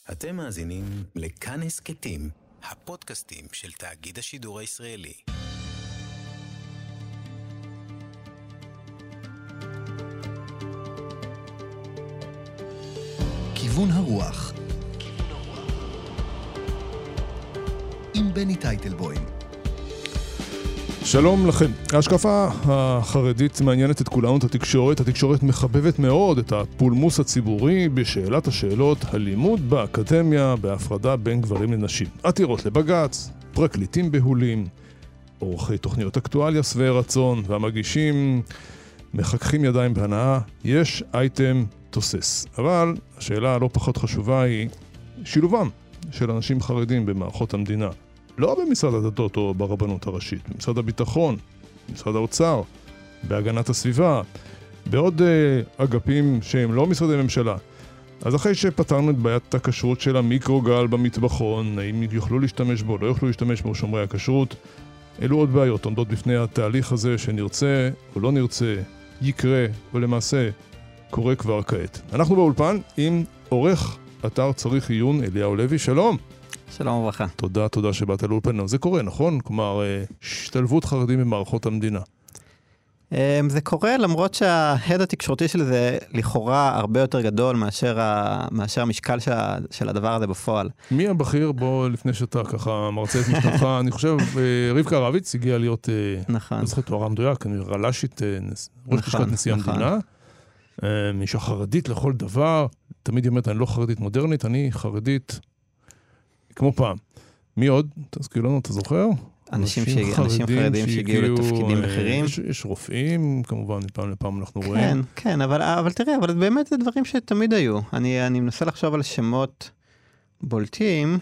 אתם מאזינים לכאן הסקטים, הפודקאסטים של תאגיד השידור הישראלי. כיוון הרוח עם בני טייטלבוים. שלום לכם. ההשקפה החרדית מעניינת את כולנו, את התקשורת. התקשורת מחבבת מאוד את הפולמוס הציבורי בשאלת השאלות, הלימוד באקדמיה, בהפרדה בין גברים לנשים. עתירות לבג"ץ, פרקליטים בהולים, עורכי תוכניות אקטואליה שבעי רצון, והמגישים מחככים ידיים בהנאה. יש אייטם תוסס. אבל השאלה הלא פחות חשובה היא שילובם של אנשים חרדים במערכות המדינה. לא במשרד הדתות או ברבנות הראשית, במשרד הביטחון, במשרד האוצר, בהגנת הסביבה, בעוד אגפים שהם לא משרדי ממשלה. אז אחרי שפתרנו את בעיית הכשרות של המיקרוגל במטבחון, האם יוכלו להשתמש בו, לא יוכלו להשתמש בו שומרי הכשרות, אלו עוד בעיות עומדות בפני התהליך הזה שנרצה או לא נרצה, יקרה ולמעשה קורה כבר כעת. אנחנו באולפן עם עורך אתר צריך עיון אליהו לוי, שלום. שלום וברכה. תודה שבאת לאולפן. זה קורה, נכון? כלומר, השתלבות חרדים במערכות המדינה. זה קורה למרות שההד התקשורתי של זה לכאורה הרבה יותר גדול מאשר המשקל של הדבר הזה בפועל. מי הבכיר? בוא, לפני שאתה ככה מרצה את משנתך, אני חושב, רבקה רביץ הגיעה להיות, נכון. לא זוכר תואר המדויק, רל"שית, ראש לשכת נשיא המדינה, אישה חרדית לכל דבר, תמיד היא אומרת, אני לא חרדית מודרנית, אני חרדית כמו פעם. מי עוד? תזכיר לנו, אתה זוכר? אנשים חרדים שהגיעו לתפקידים אחרים. יש רופאים, כמובן, מפעם לפעם אנחנו רואים. כן, אבל תראה, אבל באמת זה דברים שתמיד היו. אני מנסה לחשוב על שמות בולטים.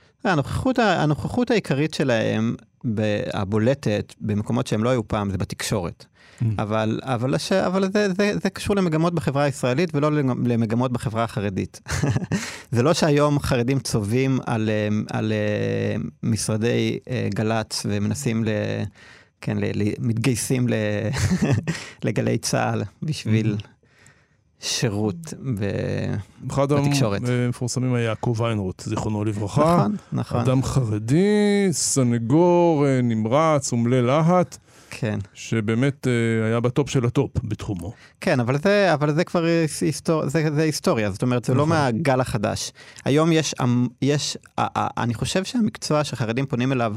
הנוכחות העיקרית שלהם, הבולטת, במקומות שהם לא היו פעם, זה בתקשורת. אבל זה קשור למגמות בחברה הישראלית ולא למגמות בחברה החרדית. זה לא שהיום חרדים צובעים על משרדי גל"צ ומנסים מתגייסים לגלי צה"ל בשביל שירות בתקשורת. אחד המפורסמים היה יעקב ויינרוט, זיכרונו לברכה. נכון. אדם חרדי, סנגור, נמרץ, ומלא להט. כן. שבאמת היה בטופ של הטופ בתחומו. כן, אבל זה כבר זה היסטוריה, זאת אומרת, זה לא מהגל החדש. היום אני חושב שהמקצוע שחרדים פונים אליו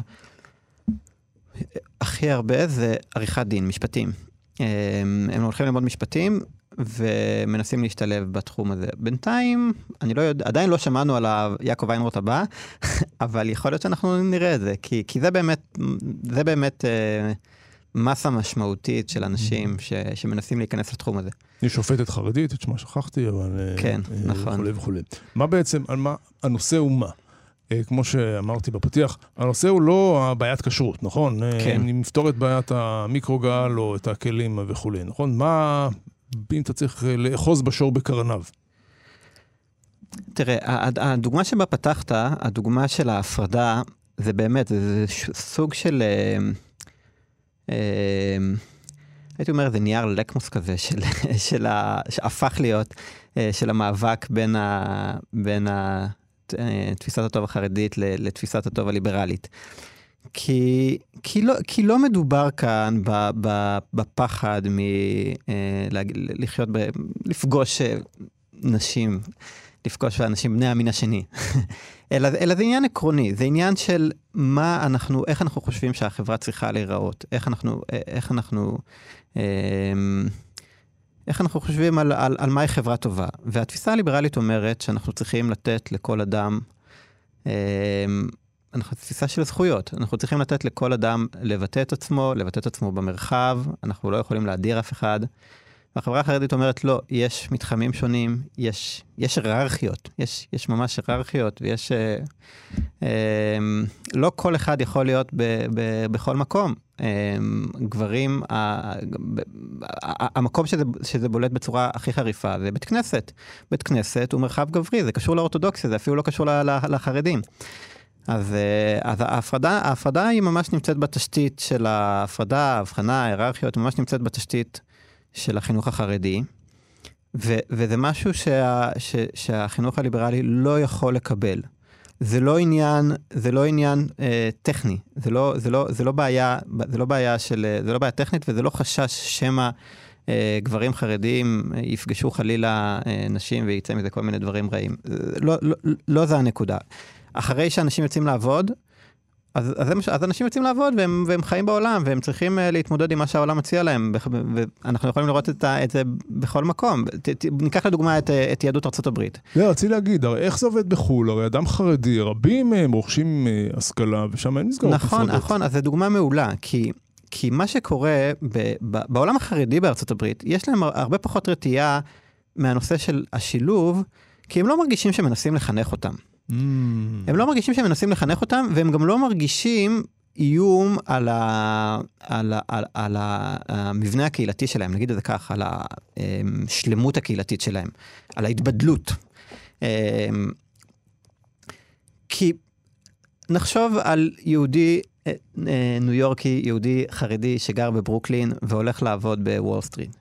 הכי הרבה זה עריכת דין, משפטים. הם הולכים ללמוד משפטים ומנסים להשתלב בתחום הזה. בינתיים, עדיין לא שמענו על יעקב ויינרוט הבא, אבל יכול להיות שאנחנו נראה את זה, כי זה באמת מסה משמעותית של אנשים שמנסים להיכנס לתחום הזה. יש שופטת חרדית, את שמה שכחתי, אבל כן, נכון. וכו'. מה בעצם, הנושא הוא מה? כמו שאמרתי בפתיח, הנושא הוא לא בעיית כשרות, נכון? כן. אם נפתור את בעיית המיקרוגל או את הכלים וכו', נכון? מה, אם אתה צריך לאחוז בשור בקרניו? תראה, הדוגמה שבה פתחת, הדוגמה של ההפרדה, זה באמת, זה סוג של הייתי אומר, זה נייר לקמוס כזה, שהפך להיות, של המאבק בין תפיסת הטוב החרדית לתפיסת הטוב הליברלית. כי לא מדובר כאן בפחד לפגוש נשים, לפגוש אנשים בני המין השני. אלא זה עניין עקרוני, זה עניין של איך אנחנו חושבים שהחברה צריכה להיראות, איך אנחנו חושבים על מהי חברה טובה. והתפיסה הליברלית אומרת שאנחנו צריכים לתת לכל אדם, אנחנו תפיסה של זכויות, אנחנו צריכים לתת לכל אדם לבטא את עצמו במרחב, אנחנו לא יכולים להדיר אף אחד. והחברה החרדית אומרת, לא, יש מתחמים שונים, יש היררכיות, יש ממש היררכיות, ויש, לא כל אחד יכול להיות בכל מקום. גברים, המקום שזה בולט בצורה הכי חריפה, זה בית כנסת. בית כנסת הוא מרחב גברי, זה קשור לאורתודוקסיה, זה אפילו לא קשור לחרדים. אז ההפרדה היא ממש נמצאת בתשתית של ההבחנה, ההיררכיות, ממש נמצאת בתשתית של החינוך החרדי, וזה משהו שהחינוך הליברלי לא יכול לקבל. זה לא עניין טכני, זה לא בעיה טכנית, וזה לא חשש שמה גברים חרדים יפגשו חלילה נשים ויצא מזה כל מיני דברים רעים. לא זה הנקודה. אחרי שאנשים יוצאים לעבוד, אז אנשים יוצאים לעבוד והם חיים בעולם, והם צריכים להתמודד עם מה שהעולם מציע להם, ואנחנו יכולים לראות את זה בכל מקום. ניקח לדוגמה את יהדות ארצות הברית. רציתי להגיד, הרי איך זה עובד בחו"ל? הרי אדם חרדי, רבים רוכשים השכלה, ושם אין מסגרות נפרדות. נכון, אז זו דוגמה מעולה, כי מה שקורה בעולם החרדי בארצות הברית, יש להם הרבה פחות רתיעה מהנושא של השילוב, כי הם לא מרגישים שמנסים לחנך אותם. הם לא מרגישים שהם מנסים לחנך אותם, והם גם לא מרגישים איום על המבנה הקהילתי שלהם, נגיד את זה כך, על השלמות הקהילתית שלהם, על ההתבדלות. כי נחשוב על יהודי ניו יורקי, יהודי חרדי שגר בברוקלין והולך לעבוד בוול סטריט.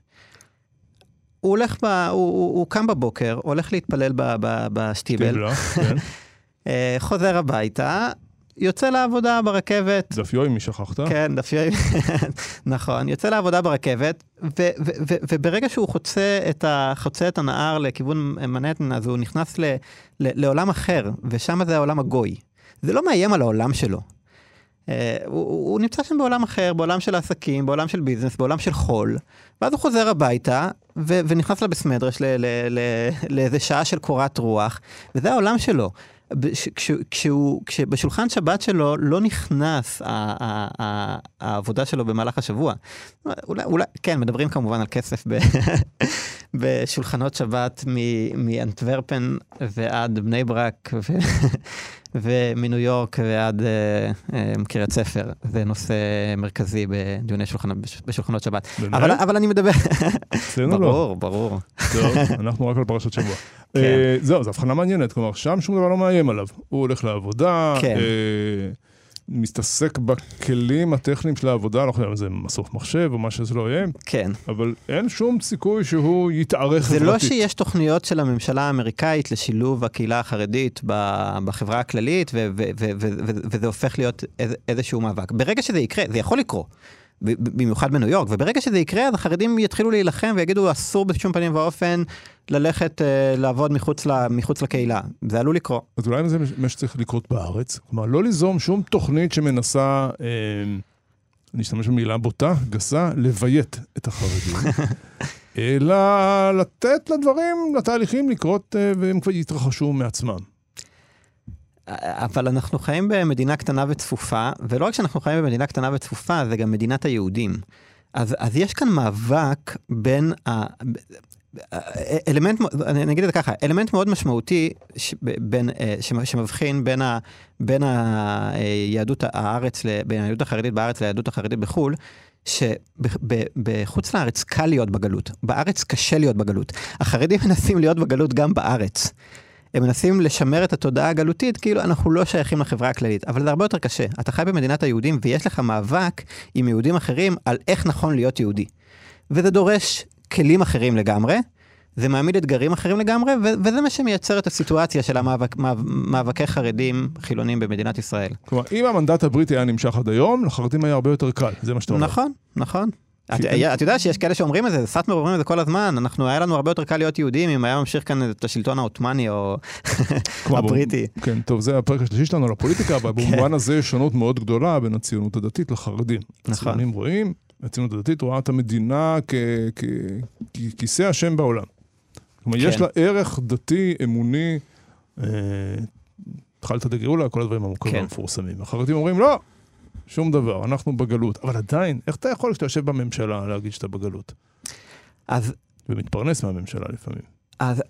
הוא קם בבוקר, הולך להתפלל בשטיבל, חוזר הביתה, יוצא לעבודה ברכבת. דף יוי, מי שכחת? כן, דף יוי, נכון. יוצא לעבודה ברכבת, וברגע שהוא חוצה את הנהר לכיוון מנהטן, אז הוא נכנס לעולם אחר, ושם זה העולם הגוי. זה לא מאיים על העולם שלו. הוא נמצא שם בעולם אחר, בעולם של העסקים, בעולם של ביזנס, בעולם של חול, ואז הוא חוזר הביתה, ונכנס לה בסמדרש לאיזה שעה של קורת רוח, וזה העולם שלו. כשבשולחן שבת שלו לא נכנס העבודה שלו במהלך השבוע. אולי, כן, מדברים כמובן על כסף בשולחנות שבת מאנטוורפן ועד בני ברק ומניו יורק ועד קריית ספר. זה נושא מרכזי בדיוני בשולחנות שבת. אבל אני מדבר... ברור. טוב, אנחנו רק על פרשת שבוע. זהו, זו הבחנה מעניינת, כלומר, שם שום דבר לא מאיים עליו. הוא הולך לעבודה, מסתעסק בכלים הטכניים של העבודה, לא יודע אם זה מסוף מחשב או מה שזה לא יהיה, כן. אבל אין שום סיכוי שהוא יתארך חברתית. זה לא שיש תוכניות של הממשלה האמריקאית לשילוב הקהילה החרדית בחברה הכללית, וזה הופך להיות איזשהו מאבק. ברגע שזה יקרה, זה יכול לקרות. במיוחד בניו יורק, וברגע שזה יקרה, אז החרדים יתחילו להילחם ויגידו, אסור בשום פנים ואופן ללכת לעבוד מחוץ לקהילה. זה עלול לקרות. אז אולי זה מה שצריך לקרות בארץ? כלומר, לא ליזום שום תוכנית שמנסה, אני אשתמש במילה בוטה, גסה, לביית את החרדים, אלא לתת לתהליכים לקרות, והם כבר יתרחשו מעצמם. אבל אנחנו חיים במדינה קטנה וצפופה, ולא רק שאנחנו חיים במדינה קטנה וצפופה, זה גם מדינת היהודים. אז יש כאן מאבק בין אני אגיד את זה ככה, אלמנט מאוד משמעותי שמבחין בין היהדות הארץ, בין היהדות החרדית בארץ ליהדות החרדית בחול, שבחוץ לארץ קל להיות בגלות, בארץ קשה להיות בגלות. החרדים מנסים להיות בגלות גם בארץ. הם מנסים לשמר את התודעה הגלותית, כאילו אנחנו לא שייכים לחברה הכללית, אבל זה הרבה יותר קשה. אתה חי במדינת היהודים, ויש לך מאבק עם יהודים אחרים על איך נכון להיות יהודי. וזה דורש כלים אחרים לגמרי, זה מעמיד אתגרים אחרים לגמרי, וזה מה שמייצר את הסיטואציה של המאבקי חרדים חילונים במדינת ישראל. כלומר, אם המנדט הבריטי היה נמשך עד היום, לחרדים היה הרבה יותר קל, זה מה שאתה אומר. נכון. את יודעת שיש כאלה שאומרים את זה, סאטמר אומרים את זה כל הזמן, היה לנו הרבה יותר קל להיות יהודים אם היה ממשיך כאן את השלטון העות'מאני או הבריטי. כן, טוב, זה הפרק השלישי שלנו לפוליטיקה, אבל במובן הזה יש שונות מאוד גדולה בין הציונות הדתית לחרדים. הציונים רואים, הציונות הדתית רואה את המדינה ככיסא השם בעולם. כלומר, יש לה ערך דתי, אמוני, התחלת דגאולה, כל הדברים המוכרים המפורסמים. החרדים אומרים, לא, שום דבר, אנחנו בגלות. אבל עדיין, איך אתה יכול כשאתה יושב בממשלה להגיד שאתה בגלות? ומתפרנס מהממשלה לפעמים. אז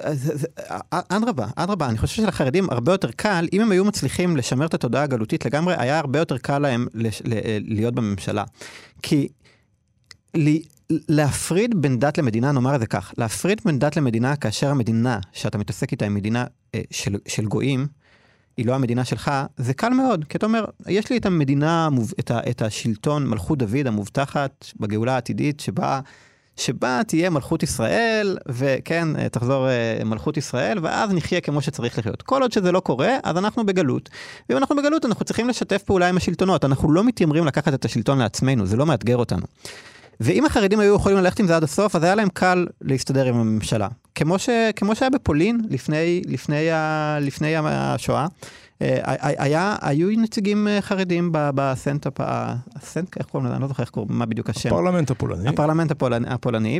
אדרבה, אני חושב שלחרדים הרבה יותר קל, אם הם היו מצליחים לשמר את התודעה הגלותית לגמרי, היה הרבה יותר קל להם להיות בממשלה. כי להפריד בין דת למדינה, נאמר את זה כך, להפריד בין דת למדינה, כאשר המדינה שאתה מתעסק איתה היא מדינה של גויים, היא לא המדינה שלך, זה קל מאוד, כי אתה אומר, יש לי את המדינה, את השלטון, מלכות דוד המובטחת בגאולה העתידית, שבה תהיה מלכות ישראל, וכן, תחזור מלכות ישראל, ואז נחיה כמו שצריך לחיות. כל עוד שזה לא קורה, אז אנחנו בגלות. ואם אנחנו בגלות, אנחנו צריכים לשתף פעולה עם השלטונות. אנחנו לא מתיימרים לקחת את השלטון לעצמנו, זה לא מאתגר אותנו. ואם החרדים היו יכולים ללכת עם זה עד הסוף, אז היה להם קל להסתדר עם הממשלה. כמו שהיה בפולין לפני השואה, היו נציגים חרדים בסנט, איך קוראים לזה? אני לא זוכר איך קוראים, מה בדיוק השם? הפרלמנט הפולני.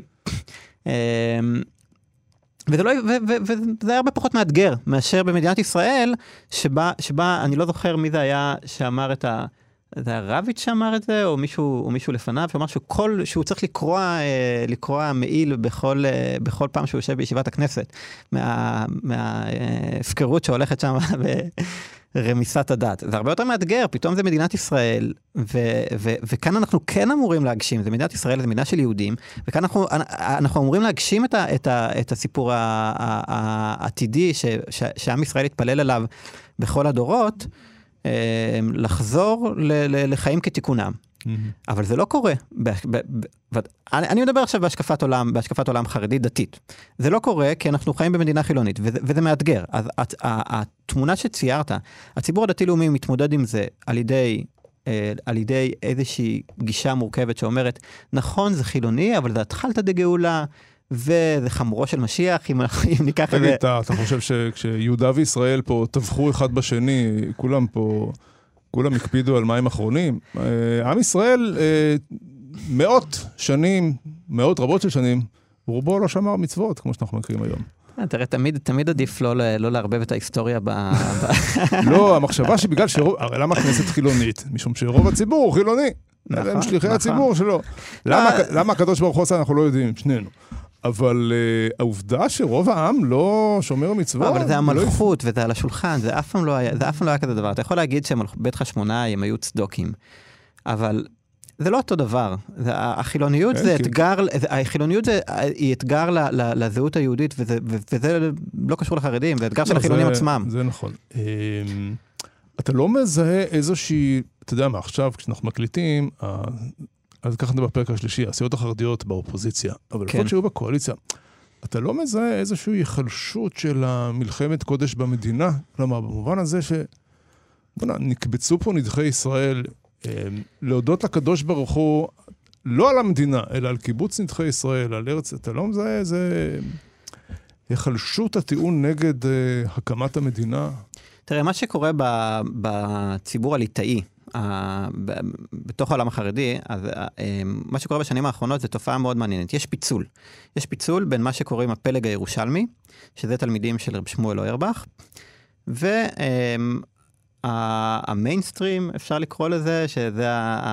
וזה היה הרבה פחות מאתגר, מאשר במדינת ישראל, שבה אני לא זוכר מי זה היה שאמר זה היה רביץ' שאמר את זה, או מישהו לפניו, שאמר שהוא צריך לקרוע מעיל בכל פעם שהוא יושב בישיבת הכנסת, מההפקרות שהולכת שם ברמיסת הדת. זה הרבה יותר מאתגר, פתאום זה מדינת ישראל, וכאן אנחנו כן אמורים להגשים, זה מדינת ישראל, זה מדינה של יהודים, וכאן אנחנו אמורים להגשים את הסיפור העתידי, שעם ישראל יתפלל עליו בכל הדורות, לחזור לחיים כתיקונם. אבל זה לא קורה. אני מדבר עכשיו בהשקפת עולם חרדית דתית. זה לא קורה כי אנחנו חיים במדינה חילונית, וזה מאתגר. אז התמונה שציירת, הציבור הדתי-לאומי מתמודד עם זה על ידי איזושהי גישה מורכבת שאומרת, נכון, זה חילוני, אבל זה התחלת דגאולה, וזה חמורו של משיח, אם ניקח את זה. אתה חושב שכשיהודה וישראל פה טבחו אחד בשני, כולם הקפידו על מים אחרונים? עם ישראל מאות רבות של שנים, רובו לא שמר מצוות, כמו שאנחנו מכירים היום. תראה, תמיד עדיף לא לערבב את ההיסטוריה לא, המחשבה שבגלל הרי למה הכנסת חילונית? משום שרוב הציבור הוא חילוני. הם שליחי הציבור שלו. למה הקדוש ברוך הוא עשה, אנחנו לא יודעים, שנינו. אבל העובדה שרוב העם לא שומר מצוות. אבל זה המלכות וזה על השולחן, זה אף פעם לא היה כזה דבר. אתה יכול להגיד שבית חשמונאי הם היו צדוקים, אבל זה לא אותו דבר. החילוניות זה אתגר, החילוניות היא אתגר לזהות היהודית, וזה לא קשור לחרדים, זה אתגר של החילונים עצמם. זה נכון. אתה לא מזהה איזושהי, אתה יודע מה, עכשיו כשאנחנו מקליטים, אז ככה נדבר בפרק השלישי, הסיעות החרדיות באופוזיציה, אבל לפחות שהיו בקואליציה, אתה לא מזהה איזושהי היחלשות של המלחמת קודש במדינה, כלומר, במובן הזה נקבצו פה נדחי ישראל, להודות לקדוש ברוך הוא, לא על המדינה, אלא על קיבוץ נדחי ישראל, על ארץ, אתה לא מזהה איזה היחלשות הטיעון נגד הקמת המדינה? תראה, מה שקורה בציבור הליטאי, בתוך העולם החרדי, אז מה שקורה בשנים האחרונות זה תופעה מאוד מעניינת. יש פיצול בין מה שקורה עם הפלג הירושלמי, שזה תלמידים של רב שמואל אוירבך, והמיינסטרים, אפשר לקרוא לזה, שזה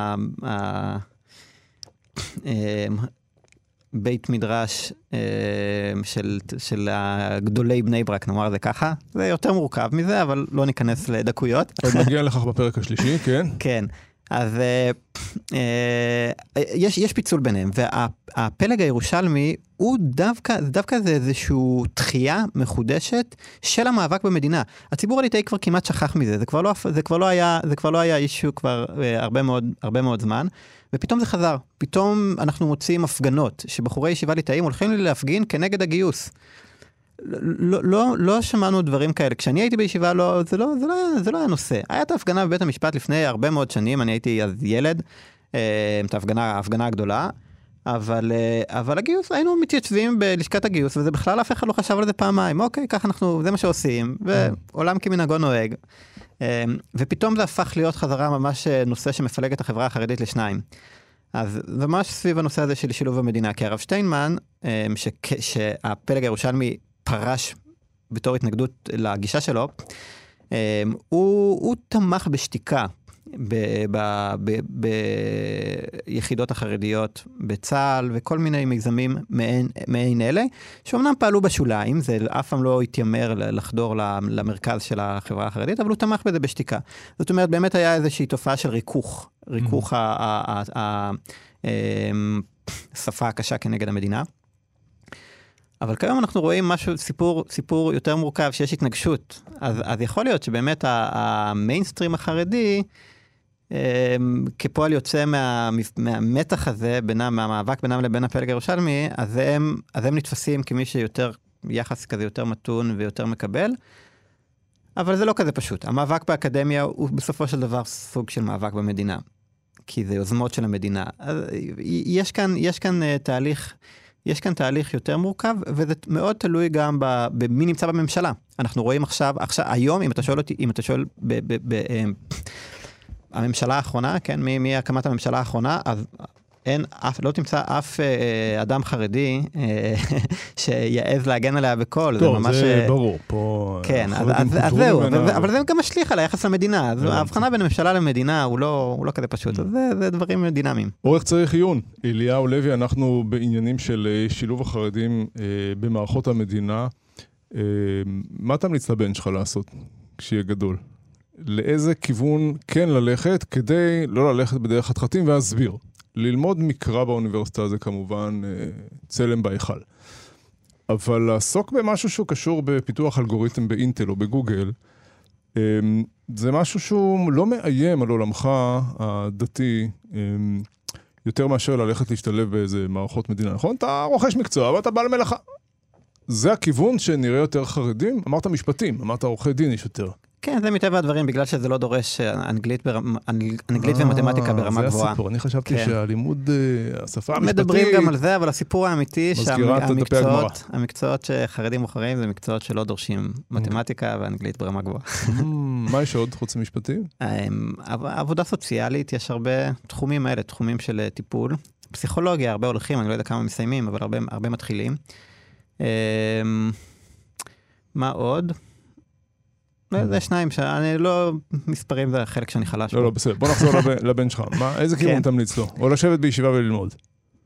בית מדרש של הגדולי בני ברק, נאמר זה ככה. זה יותר מורכב מזה, אבל לא ניכנס לדקויות. עוד נגיע לכך בפרק השלישי, כן? כן. אז יש פיצול ביניהם, והפלג הירושלמי הוא דווקא זה איזושהי דחייה מחודשת של המאבק במדינה. הציבור הליטאי כבר כמעט שכח מזה, זה כבר לא היה אישו כבר הרבה מאוד זמן, ופתאום זה חזר. פתאום אנחנו מוצאים הפגנות, שבחורי ישיבה ליטאים הולכים להפגין כנגד הגיוס. לא שמענו דברים כאלה. כשאני הייתי בישיבה, זה לא היה נושא. הייתה הפגנה בבית המשפט לפני הרבה מאוד שנים, אני הייתי אז ילד, את ההפגנה הגדולה, אבל הגיוס, היינו מתייצבים בלשכת הגיוס, וזה בכלל אף אחד לא חשב על זה פעמיים. אוקיי, ככה זה מה שעושים, ועולם כמנהגו נוהג. ופתאום זה הפך להיות חזרה ממש נושא שמפלג את החברה החרדית לשניים. אז זה ממש סביב הנושא הזה של שילוב המדינה, כי הרב שטיינמן, שהפלג הירושלמי פרש בתור התנגדות לגישה שלו, הוא תמך בשתיקה ביחידות החרדיות בצה"ל, וכל מיני מיזמים מעין אלה, שאומנם פעלו בשוליים, זה אף פעם לא התיימר לחדור למרכז של החברה החרדית, אבל הוא תמך בזה בשתיקה. זאת אומרת, באמת היה איזושהי תופעה של ריכוך השפה הקשה כנגד המדינה. אבל כיום אנחנו רואים סיפור יותר מורכב, שיש התנגשות. אז יכול להיות שבאמת המיינסטרים החרדי, כפועל יוצא מהמתח הזה, מהמאבק בינם לבין הפלג הירושלמי, אז הם נתפסים כמי שיותר, יחס כזה יותר מתון ויותר מקבל, אבל זה לא כזה פשוט. המאבק באקדמיה הוא בסופו של דבר סוג של מאבק במדינה, כי זה יוזמות של המדינה. יש כאן תהליך יותר מורכב, וזה מאוד תלוי גם במי נמצא בממשלה. אנחנו רואים עכשיו, היום, אם אתה שואל הממשלה האחרונה, כן, מי הקמת הממשלה האחרונה, אז לא תמצא אף אדם חרדי שיעז להגן עליה בכל. טוב, זה ברור. פה כן, אז זהו, אבל זה גם משליך על היחס למדינה. ההבחנה בין הממשלה למדינה הוא לא כזה פשוט. זה דברים דינמיים. אורך צריך עיון. אליהו לוי, אנחנו בעניינים של שילוב החרדים במערכות המדינה. מה תמליץ לבן שלך לעשות כשיהיה גדול? לאיזה כיוון כן ללכת כדי לא ללכת בדרך חתחתים והסביר? ללמוד מקרא באוניברסיטה זה כמובן צלם בהיכל. אבל לעסוק במשהו שהוא קשור בפיתוח אלגוריתם באינטל או בגוגל, זה משהו שהוא לא מאיים על עולמך הדתי, יותר מאשר ללכת להשתלב באיזה מערכות מדינה. נכון? אתה רוכש מקצוע, אבל אתה בעל מלאכה. זה הכיוון שנראה יותר חרדים? אמרת משפטים, אמרת עורכי דין יש יותר. כן, זה מטבע הדברים, בגלל שזה לא דורש אנגלית ומתמטיקה ברמה גבוהה. זה הסיפור, אני חשבתי שהלימוד, השפה המשפטית... מדברים גם על זה, אבל הסיפור האמיתי, שהמקצועות שחרדים מוכרים, זה מקצועות שלא דורשים מתמטיקה ואנגלית ברמה גבוהה. מה יש עוד חוץ משפטים? עבודה סוציאלית, יש הרבה תחומים האלה, תחומים של טיפול. פסיכולוגיה, הרבה הולכים, אני לא יודע כמה מסיימים, אבל הרבה מתחילים. מה עוד? זה שניים, אני לא מספרים, זה החלק שאני חלש. לא, בסדר. בוא נחזור לבן שלך. איזה כיוון תמליץ לו? או לשבת בישיבה וללמוד?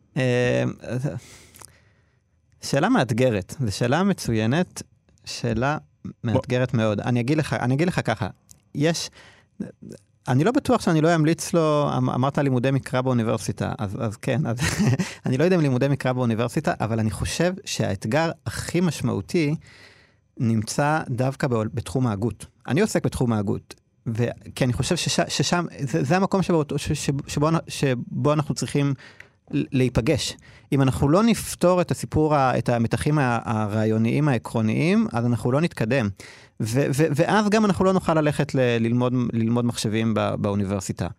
שאלה מאתגרת. זו שאלה מצוינת, שאלה מאתגרת מאוד. אני אגיד לך ככה. אני לא בטוח שאני לא אמליץ לו, אמרת לימודי מקרא באוניברסיטה, אז כן, אני לא יודע אם לימודי מקרא באוניברסיטה, אבל אני חושב שהאתגר הכי משמעותי נמצא דווקא בתחום ההגות. אני עוסק בתחום ההגות, כי אני חושב ששם, זה המקום שבו אנחנו צריכים להיפגש. אם אנחנו לא נפתור את הסיפור, את המתחים הרעיוניים העקרוניים, אז אנחנו לא נתקדם. ואז גם אנחנו לא נוכל ללכת ללמוד מחשבים באוניברסיטה.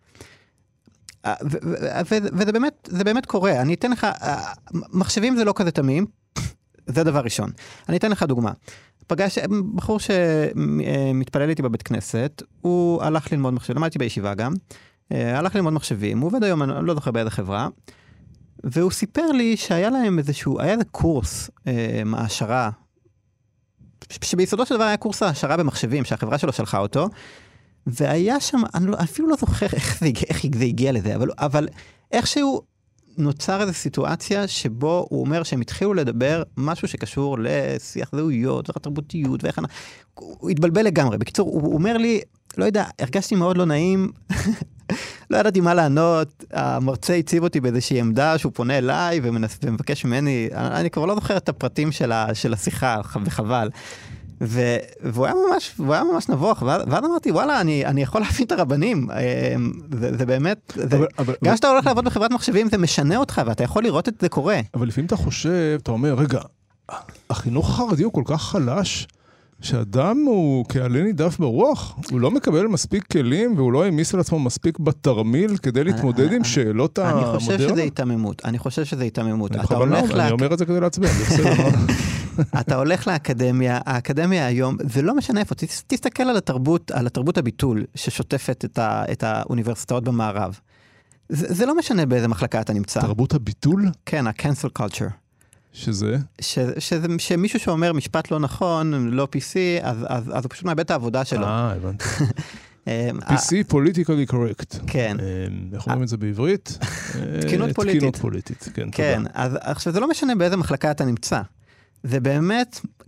וזה באמת קורה. אני אתן לך, מחשבים זה לא כזה תמים, זה דבר ראשון. אני אתן לך דוגמה. פגש בחור שמתפלל איתי בבית כנסת, הוא הלך ללמוד מחשבים, למדתי בישיבה גם, הלך ללמוד מחשבים, הוא עובד היום, אני לא זוכר באיזה חברה, והוא סיפר לי שהיה להם היה איזה קורס העשרה, שביסודו של דבר היה קורס העשרה במחשבים, שהחברה שלו שלחה אותו, והיה שם, אני אפילו לא זוכר איך זה הגיע לזה, אבל איכשהו נוצר איזו סיטואציה שבו הוא אומר שהם התחילו לדבר משהו שקשור לשיח זהויות ותרבותיות ואיך הוא התבלבל לגמרי. בקיצור, הוא אומר לי, לא יודע, הרגשתי מאוד לא נעים, לא ידעתי מה לענות, המרצה הציב אותי באיזושהי עמדה שהוא פונה אליי ומבקש ממני, אני כבר לא זוכר את הפרטים של השיחה, וחבל. והוא היה ממש נבוך, ואז אמרתי, וואלה, אני יכול להבין את הרבנים, זה באמת, גם שאתה הולך לעבוד בחברת מחשבים, זה משנה אותך, ואתה יכול לראות את זה קורה. אבל לפעמים אתה חושב, אתה אומר, רגע, החינוך החרדי הוא כל כך חלש, שאדם הוא כעלה נידף ברוח, הוא לא מקבל מספיק כלים, והוא לא העמיס על עצמו מספיק בתרמיל, כדי להתמודד עם שאלות המודרנה. אני חושב שזה התאממות. אני אומר את זה כדי להצביע, זה בסדר. אתה הולך לאקדמיה, האקדמיה היום, זה לא משנה איפה, תסתכל על התרבות הביטול ששוטפת את האוניברסיטאות במערב. זה לא משנה באיזה מחלקה אתה נמצא. תרבות הביטול? כן, ה-cancel culture. שזה? שמישהו שאומר משפט לא נכון, לא PC, אז הוא פשוט מאבד את העבודה שלו. הבנתי. PC, politically correct. כן. איך אומרים את זה בעברית? תקינות פוליטית. תקינות פוליטית, כן, תודה. כן, אז עכשיו זה לא משנה באיזה מחלקה אתה נמצא. זה באמת,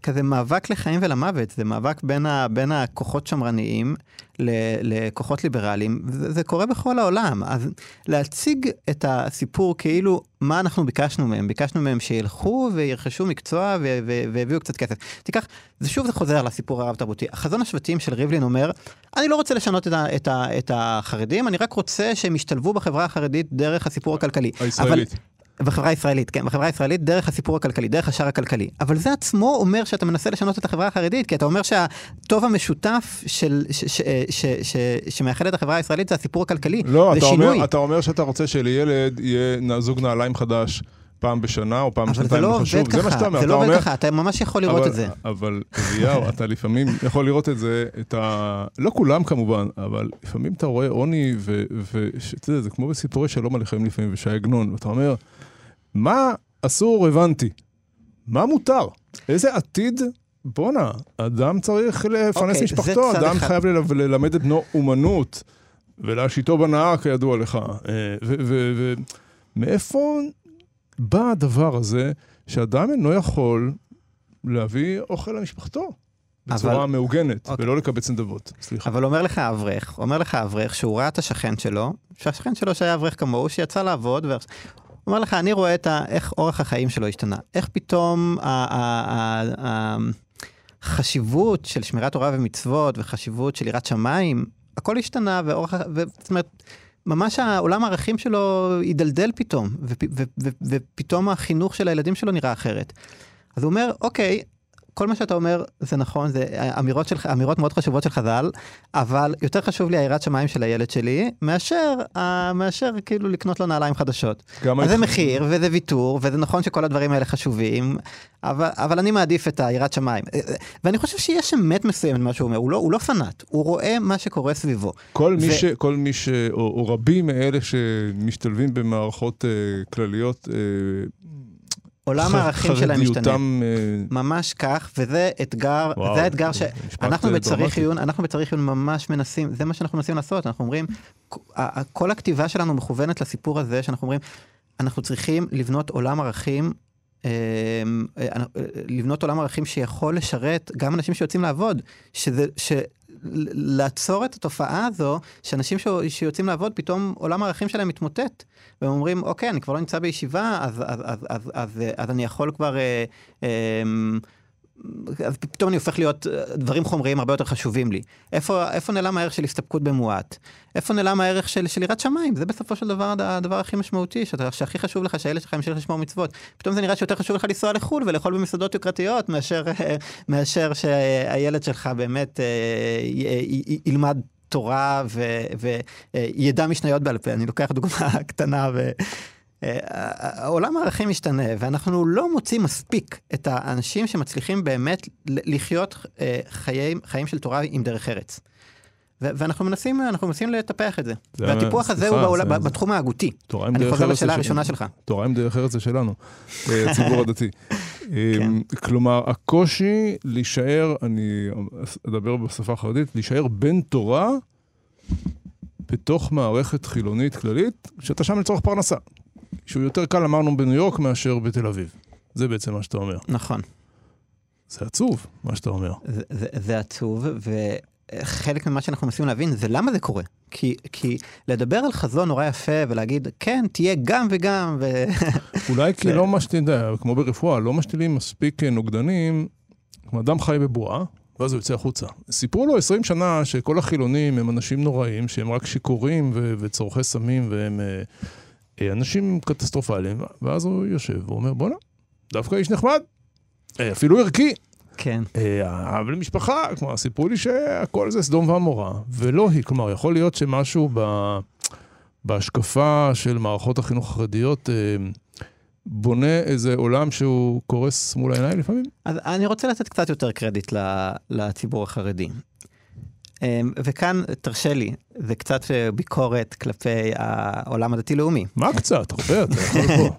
כזה מאבק לחיים ולמוות, זה מאבק בין הכוחות שמרניים לכוחות ליברליים, זה קורה בכל העולם. אז להציג את הסיפור כאילו מה אנחנו ביקשנו מהם שילכו וירכשו מקצוע והביאו קצת כסף. תיקח, זה חוזר על הסיפור הרב תרבותי. החזון השבטים של ריבלין אומר, אני לא רוצה לשנות את החרדים, אני רק רוצה שהם ישתלבו בחברה החרדית דרך הסיפור הכלכלי. הישראלית. בחברה הישראלית, כן, בחברה הישראלית דרך הסיפור הכלכלי, דרך השאר הכלכלי. אבל זה עצמו אומר שאתה מנסה לשנות את החברה החרדית, כי אתה אומר שהטוב המשותף שמאחד את החברה הישראלית זה הסיפור הכלכלי. לא, אתה אומר שאתה רוצה שלילד יהיה זוג נעליים חדש פעם בשנה או פעם בשנתיים חשוב. זה מה שאתה אומר. זה לא עובד ככה, אתה ממש יכול לראות את זה. אבל אליהו, אתה לפעמים יכול לראות את זה, לא כולם כמובן, אבל לפעמים אתה רואה עוני, זה כמו בסיפורי שלום עליכם לפעמים, ושי עגנון, ואתה אומר, מה אסור הבנתי? מה מותר? איזה עתיד? בונה, אדם צריך לפרנס משפחתו, אדם חייב ללמד את בנו אומנות, ולהשיטו בנאה כידוע לך. ומאיפה בא הדבר הזה שאדם אינו יכול להביא אוכל למשפחתו בצורה מעוגנת, ולא לקבץ נדבות. סליחה. אבל אומר לך אברך שהוא ראה את השכן שלו, שהשכן שלו שהיה אברך כמוהו, שיצא לעבוד, אומר לך, אני רואה איך אורח החיים שלו השתנה. איך פתאום החשיבות של שמירת תורה ומצוות, וחשיבות של יראת שמיים, הכל השתנה, זאת אומרת, ממש העולם הערכים שלו ידלדל פתאום, ופתאום החינוך של הילדים שלו נראה אחרת. אז הוא אומר, אוקיי, כל מה שאתה אומר זה נכון, זה אמירות מאוד חשובות של חז"ל, אבל יותר חשוב לי היראת שמיים של הילד שלי, מאשר כאילו לקנות לו נעליים חדשות. אז זה מחיר, וזה ויתור, וזה נכון שכל הדברים האלה חשובים, אבל אני מעדיף את היראת שמיים. ואני חושב שיש אמת מסוימת מה שהוא אומר, הוא לא פנאט, הוא רואה מה שקורה סביבו. כל מי או רבים מאלה שמשתלבים במערכות כלליות, עולם הערכים שלהם משתנה. ממש כך, וזה אתגר, זה האתגר שאנחנו בצריך עיון ממש מנסים, זה מה שאנחנו מנסים לעשות, אנחנו אומרים, כל הכתיבה שלנו מכוונת לסיפור הזה, שאנחנו אומרים, אנחנו צריכים לבנות עולם ערכים שיכול לשרת גם אנשים שיוצאים לעבוד, לעצור את התופעה הזו, שאנשים שיוצאים לעבוד, פתאום עולם הערכים שלהם מתמוטט, והם אומרים, אוקיי, אני כבר לא נמצא בישיבה, אז אני יכול כבר, אז פתאום אני הופך להיות דברים חומריים הרבה יותר חשובים לי. איפה נעלם הערך של הסתפקות במועט? איפה נעלם הערך של יראת שמיים? זה בסופו של דבר הדבר הכי משמעותי, שהכי חשוב לך שהילד שלך ימשיך לשמור מצוות. פתאום זה נראה שיותר חשוב לך לנסוע לחו"ל ולאכול במסעדות יוקרתיות, מאשר שהילד שלך באמת ילמד תורה וידע משניות בעל פה. אני לוקח דוגמה קטנה העולם הערכים משתנה, ואנחנו לא מוצאים מספיק את האנשים שמצליחים באמת לחיות חיים של תורה עם דרך ארץ. ואנחנו מנסים לטפח את זה. והטיפוח הזה הוא בתחום ההגותי. אני חוזר לשאלה הראשונה שלך. תורה עם דרך ארץ זה שלנו, הציבור הדתי. כלומר, הקושי להישאר, אני אדבר בשפה החרדית, להישאר בן תורה בתוך מערכת חילונית כללית, שאתה שם לצורך פרנסה. שהוא יותר קל אמרנו בניו יורק מאשר בתל אביב. זה בעצם מה שאתה אומר. נכון. זה עצוב, מה שאתה אומר. זה עצוב, וחלק ממה שאנחנו מנסים להבין זה למה זה קורה. כי לדבר על חזון נורא יפה ולהגיד, כן, תהיה גם וגם. אולי כי לא משתילים, כמו ברפואה, לא משתילים מספיק נוגדנים, כמו אדם חי בבועה, ואז הוא יוצא החוצה. סיפרו לו 20 שנה שכל החילונים הם אנשים נוראים, שהם רק שיכורים וצורכי סמים, והם אנשים קטסטרופליים, ואז הוא יושב ואומר, בוא'נה, דווקא איש נחמד, אפילו ערכי. כן. אבל משפחה, כמו סיפרו לי שהכל זה סדום ועמורה, ולא היא, כלומר, יכול להיות שמשהו בהשקפה של מערכות החינוך החרדיות בונה איזה עולם שהוא קורס מול העיניים לפעמים? אז אני רוצה לתת קצת יותר קרדיט לציבור החרדי. וכאן, תרשה לי, זה קצת ביקורת כלפי העולם הדתי-לאומי. מה קצת? הרבה, אתה יכול פה.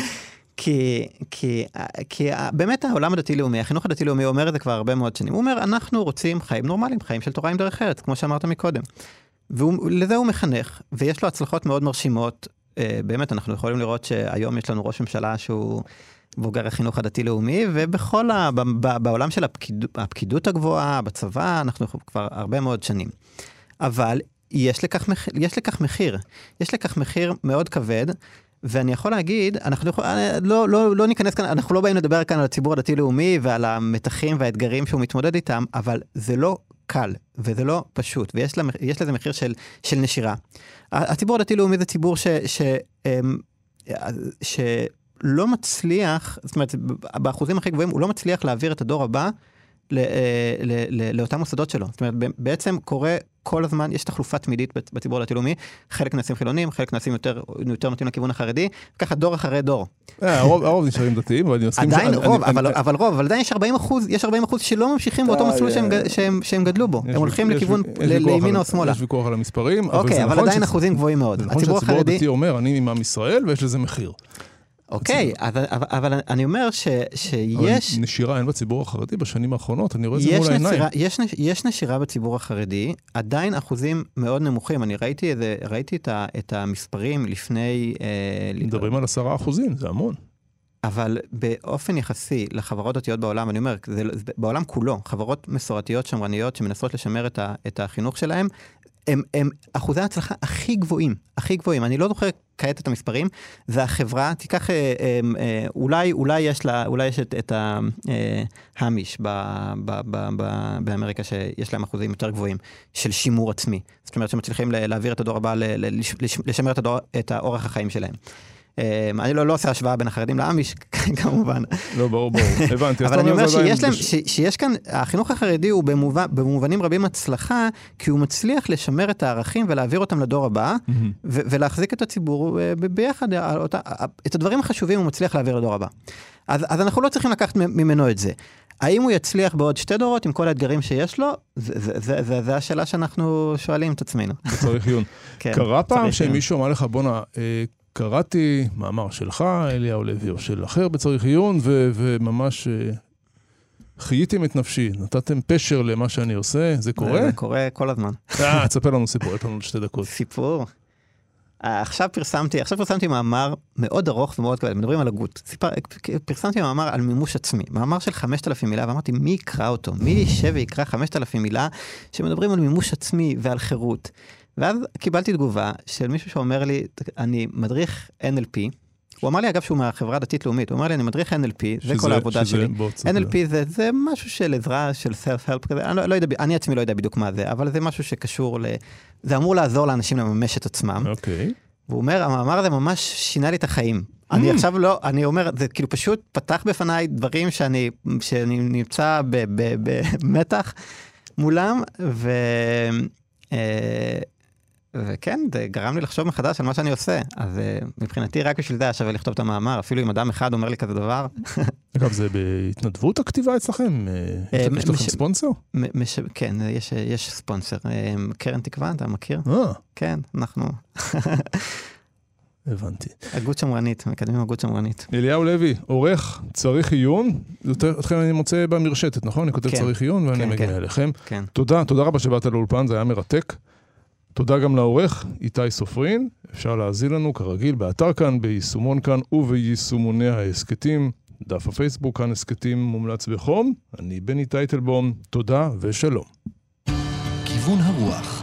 כי באמת העולם הדתי-לאומי, החינוך הדתי-לאומי אומר את זה כבר הרבה מאוד שנים. הוא אומר, אנחנו רוצים חיים נורמליים, חיים של תורה עם דרך ארץ, כמו שאמרת מקודם. ולזה הוא מחנך, ויש לו הצלחות מאוד מרשימות. באמת, אנחנו יכולים לראות שהיום יש לנו ראש ממשלה שהוא בוגר החינוך הדתי-לאומי, ובכל בעולם של הפקידות הגבוהה, בצבא, אנחנו כבר הרבה מאוד שנים. אבל יש לכך מחיר. יש לכך מחיר מאוד כבד, ואני יכול להגיד, אנחנו לא ניכנס כאן, אנחנו לא באים לדבר כאן על הציבור הדתי-לאומי, ועל המתחים והאתגרים שהוא מתמודד איתם, אבל זה לא קל, וזה לא פשוט, ויש לזה מחיר של נשירה. הציבור הדתי-לאומי זה ציבור שלא מצליח, זאת אומרת, באחוזים הכי גבוהים, הוא לא מצליח להעביר את הדור הבא לאותם מוסדות שלו. זאת אומרת, בעצם קורה כל הזמן, יש תחלופה תמידית בציבור הדתי-לאומי, חלק נעשים חילונים, חלק נעשים יותר מתאים לכיוון החרדי, ככה דור אחרי דור. הרוב נשארים דתיים, אבל אני מסכים... עדיין רוב, אבל עדיין יש 40% שלא ממשיכים באותו מסלול שהם גדלו בו. הם הולכים לכיוון, לימין או שמאלה. יש ויכוח על המספרים, אוקיי, אבל עדיין אחוזים גבוהים מאוד. נכון שהציבור הדתי אומר, אני עם ישראל, ויש לזה מחיר. אוקיי, אבל אני אומר שיש... נשירה אין בציבור החרדי בשנים האחרונות, אני רואה את זה מול העיניים. יש נשירה בציבור החרדי, עדיין אחוזים מאוד נמוכים. אני ראיתי את המספרים לפני... מדברים על 10%, זה המון. אבל באופן יחסי לחברות דתיות בעולם, אני אומר, בעולם כולו, חברות מסורתיות שמרניות שמנסות לשמר את החינוך שלהם, הם אחוזי ההצלחה הכי גבוהים, אני לא זוכר כעת את המספרים, והחברה, תיקח, אולי יש את ההמיש באמריקה שיש להם אחוזים יותר גבוהים של שימור עצמי, זאת אומרת שמצליחים להעביר את הדור הבא, לשמר את האורח החיים שלהם. אני לא עושה השוואה בין החרדים לאמיש, כמובן. לא, ברור, הבנתי. אבל אני אומר שיש כאן, החינוך החרדי הוא במובנים רבים הצלחה, כי הוא מצליח לשמר את הערכים ולהעביר אותם לדור הבא, ולהחזיק את הציבור ביחד, את הדברים החשובים הוא מצליח להעביר לדור הבא. אז אנחנו לא צריכים לקחת ממנו את זה. האם הוא יצליח בעוד 2 דורות עם כל האתגרים שיש לו? זה השאלה שאנחנו שואלים את עצמנו. צריך עיון. קרה פעם שמישהו אמר לך, בונה, קראתי מאמר שלך, אליהו לוי, או של אחר בצריך עיון, וממש חייתם את נפשי, נתתם פשר למה שאני עושה, זה קורה? זה קורה כל הזמן. תספר לנו סיפור, יש לנו 2 דקות. סיפור? עכשיו פרסמתי מאמר מאוד ארוך ומאוד כבד, מדברים על הגות. פרסמתי מאמר על מימוש עצמי, מאמר של 5,000 מילה, ואמרתי, מי יקרא אותו? מי יישב ויקרא 5,000 מילה שמדברים על מימוש עצמי ועל חירות? ואז קיבלתי תגובה של מישהו שאומר לי, אני מדריך NLP, הוא אמר לי אגב שהוא מהחברה הדתית-לאומית, הוא אמר לי, אני מדריך NLP, זה כל העבודה שלי. NLP זה משהו של עזרה, של self-help כזה, אני עצמי לא יודע בדיוק מה זה, אבל זה משהו שקשור זה אמור לעזור לאנשים לממש את עצמם. אוקיי. והוא אומר, המאמר הזה ממש שינה לי את החיים. אני עכשיו לא, אני אומר, זה כאילו פשוט פתח בפניי דברים שאני נמצא במתח מולם, וכן, זה גרם לי לחשוב מחדש על מה שאני עושה. אז מבחינתי רק בשביל זה היה שווה לכתוב את המאמר, אפילו אם אדם אחד אומר לי כזה דבר. אגב, זה בהתנדבות הכתיבה אצלכם? יש לכם ספונסר? כן, יש ספונסר. קרן תקווה, אתה מכיר? כן, אנחנו... הבנתי. הגות שמרנית, מקדמים הגות שמרנית. אליהו לוי, עורך צריך עיון, אתכם אני מוצא במרשתת, נכון? אני כותב צריך עיון ואני מגיע אליכם. תודה רבה שבאת לאולפן, זה היה מרתק. תודה גם לעורך, איתי סופרין. אפשר להזין לנו כרגיל באתר כאן, ביישומון כאן וביישומוני העסקתים. דף הפייסבוק כאן עסקתים מומלץ בחום. אני בני טייטלבום, תודה ושלום. כיוון הרוח